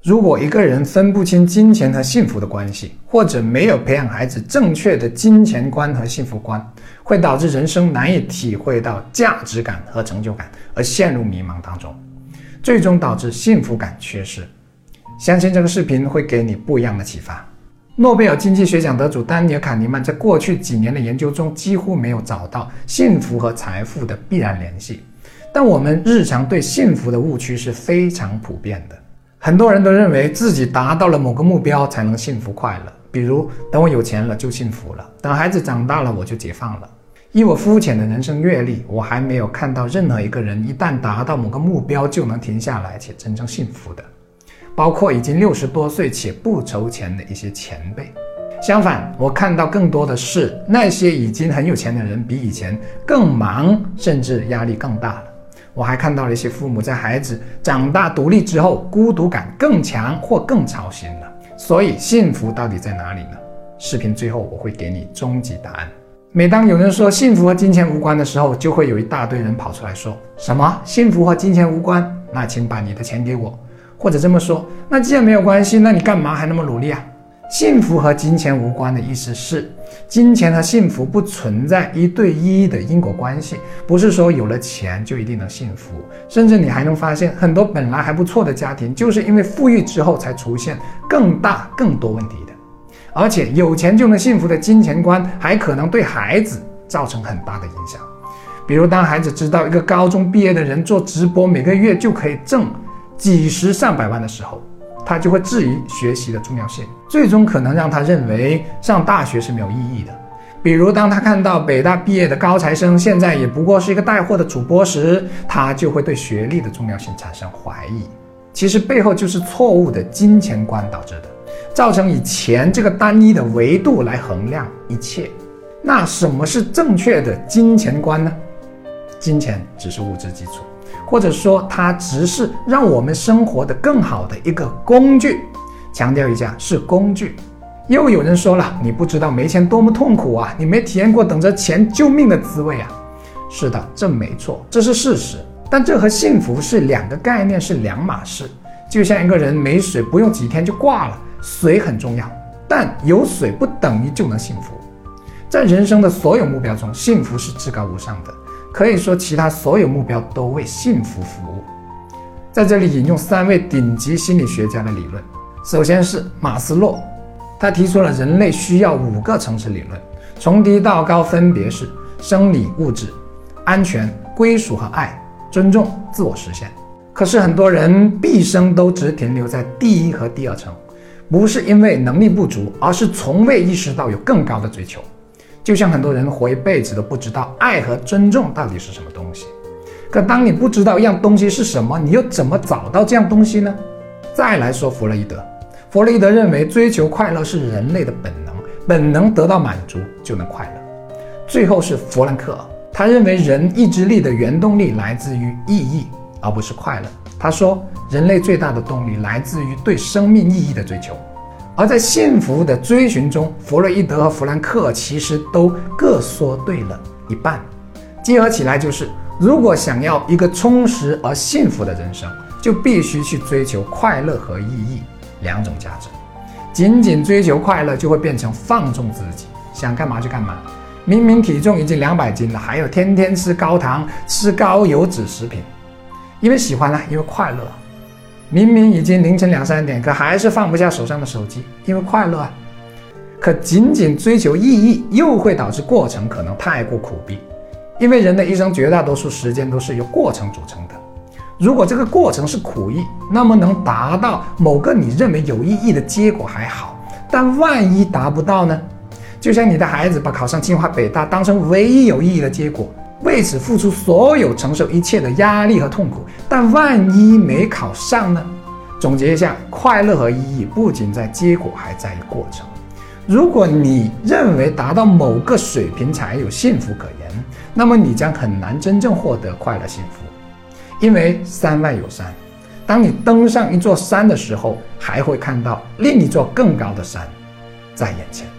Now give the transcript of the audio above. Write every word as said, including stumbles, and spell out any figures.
如果一个人分不清金钱和幸福的关系，或者没有培养孩子正确的金钱观和幸福观，会导致人生难以体会到价值感和成就感，而陷入迷茫当中，最终导致幸福感缺失。相信这个视频会给你不一样的启发。诺贝尔经济学奖得主丹尼尔·卡尼曼在过去几年的研究中几乎没有找到幸福和财富的必然联系，但我们日常对幸福的误区是非常普遍的。很多人都认为自己达到了某个目标才能幸福快乐，比如等我有钱了就幸福了，等孩子长大了我就解放了。以我肤浅的人生阅历，我还没有看到任何一个人一旦达到某个目标就能停下来且真正幸福的，包括已经六十多岁且不愁钱的一些前辈。相反，我看到更多的是那些已经很有钱的人比以前更忙，甚至压力更大了。我还看到了一些父母在孩子长大独立之后，孤独感更强或更操心了。所以幸福到底在哪里呢？视频最后我会给你终极答案。每当有人说幸福和金钱无关的时候，就会有一大堆人跑出来说，什么幸福和金钱无关？那请把你的钱给我。或者这么说，那既然没有关系，那你干嘛还那么努力啊？幸福和金钱无关的意思是，金钱和幸福不存在一对一的因果关系，不是说有了钱就一定能幸福。甚至你还能发现，很多本来还不错的家庭，就是因为富裕之后才出现更大更多问题的。而且有钱就能幸福的金钱观，还可能对孩子造成很大的影响。比如当孩子知道一个高中毕业的人做直播每个月就可以挣几十上百万的时候，他就会质疑学习的重要性，最终可能让他认为上大学是没有意义的。比如当他看到北大毕业的高材生现在也不过是一个带货的主播时，他就会对学历的重要性产生怀疑。其实背后就是错误的金钱观导致的，造成以钱这个单一的维度来衡量一切。那什么是正确的金钱观呢？金钱只是物质基础，或者说它只是让我们生活得更好的一个工具。强调一下，是工具。又有人说了，你不知道没钱多么痛苦啊，你没体验过等着钱救命的滋味啊。是的，这没错，这是事实。但这和幸福是两个概念，是两码事。就像一个人没水不用几天就挂了，水很重要，但有水不等于就能幸福。在人生的所有目标中，幸福是至高无上的，可以说其他所有目标都为幸福服务。在这里引用三位顶级心理学家的理论。首先是马斯洛，他提出了人类需要五个层次理论，从低到高分别是生理物质、安全、归属和爱、尊重、自我实现。可是很多人毕生都只停留在第一和第二层，不是因为能力不足，而是从未意识到有更高的追求。就像很多人活一辈子都不知道爱和尊重到底是什么东西。可当你不知道一样东西是什么，你又怎么找到这样东西呢？再来说弗洛伊德，弗洛伊德认为追求快乐是人类的本能，本能得到满足就能快乐。最后是弗兰克尔，他认为人意志力的原动力来自于意义，而不是快乐。他说，人类最大的动力来自于对生命意义的追求。而在幸福的追寻中，弗洛伊德和弗兰克尔其实都各说对了一半。结合起来就是，如果想要一个充实而幸福的人生，就必须去追求快乐和意义两种价值。仅仅追求快乐就会变成放纵自己，想干嘛就干嘛。明明体重已经两百斤了，还有天天吃高糖、吃高油脂食品，因为喜欢啊，因为快乐。明明已经凌晨两三点，可还是放不下手上的手机，因为快乐啊。可仅仅追求意义，又会导致过程可能太过苦逼，因为人的一生绝大多数时间都是由过程组成的。如果这个过程是苦役，那么能达到某个你认为有意义的结果还好，但万一达不到呢？就像你的孩子把考上清华北大当成唯一有意义的结果，为此付出所有，承受一切的压力和痛苦，但万一没考上呢？总结一下，快乐和意义不仅在结果，还在于过程。如果你认为达到某个水平才有幸福可言，那么你将很难真正获得快乐幸福。因为山外有山，当你登上一座山的时候，还会看到另一座更高的山在眼前。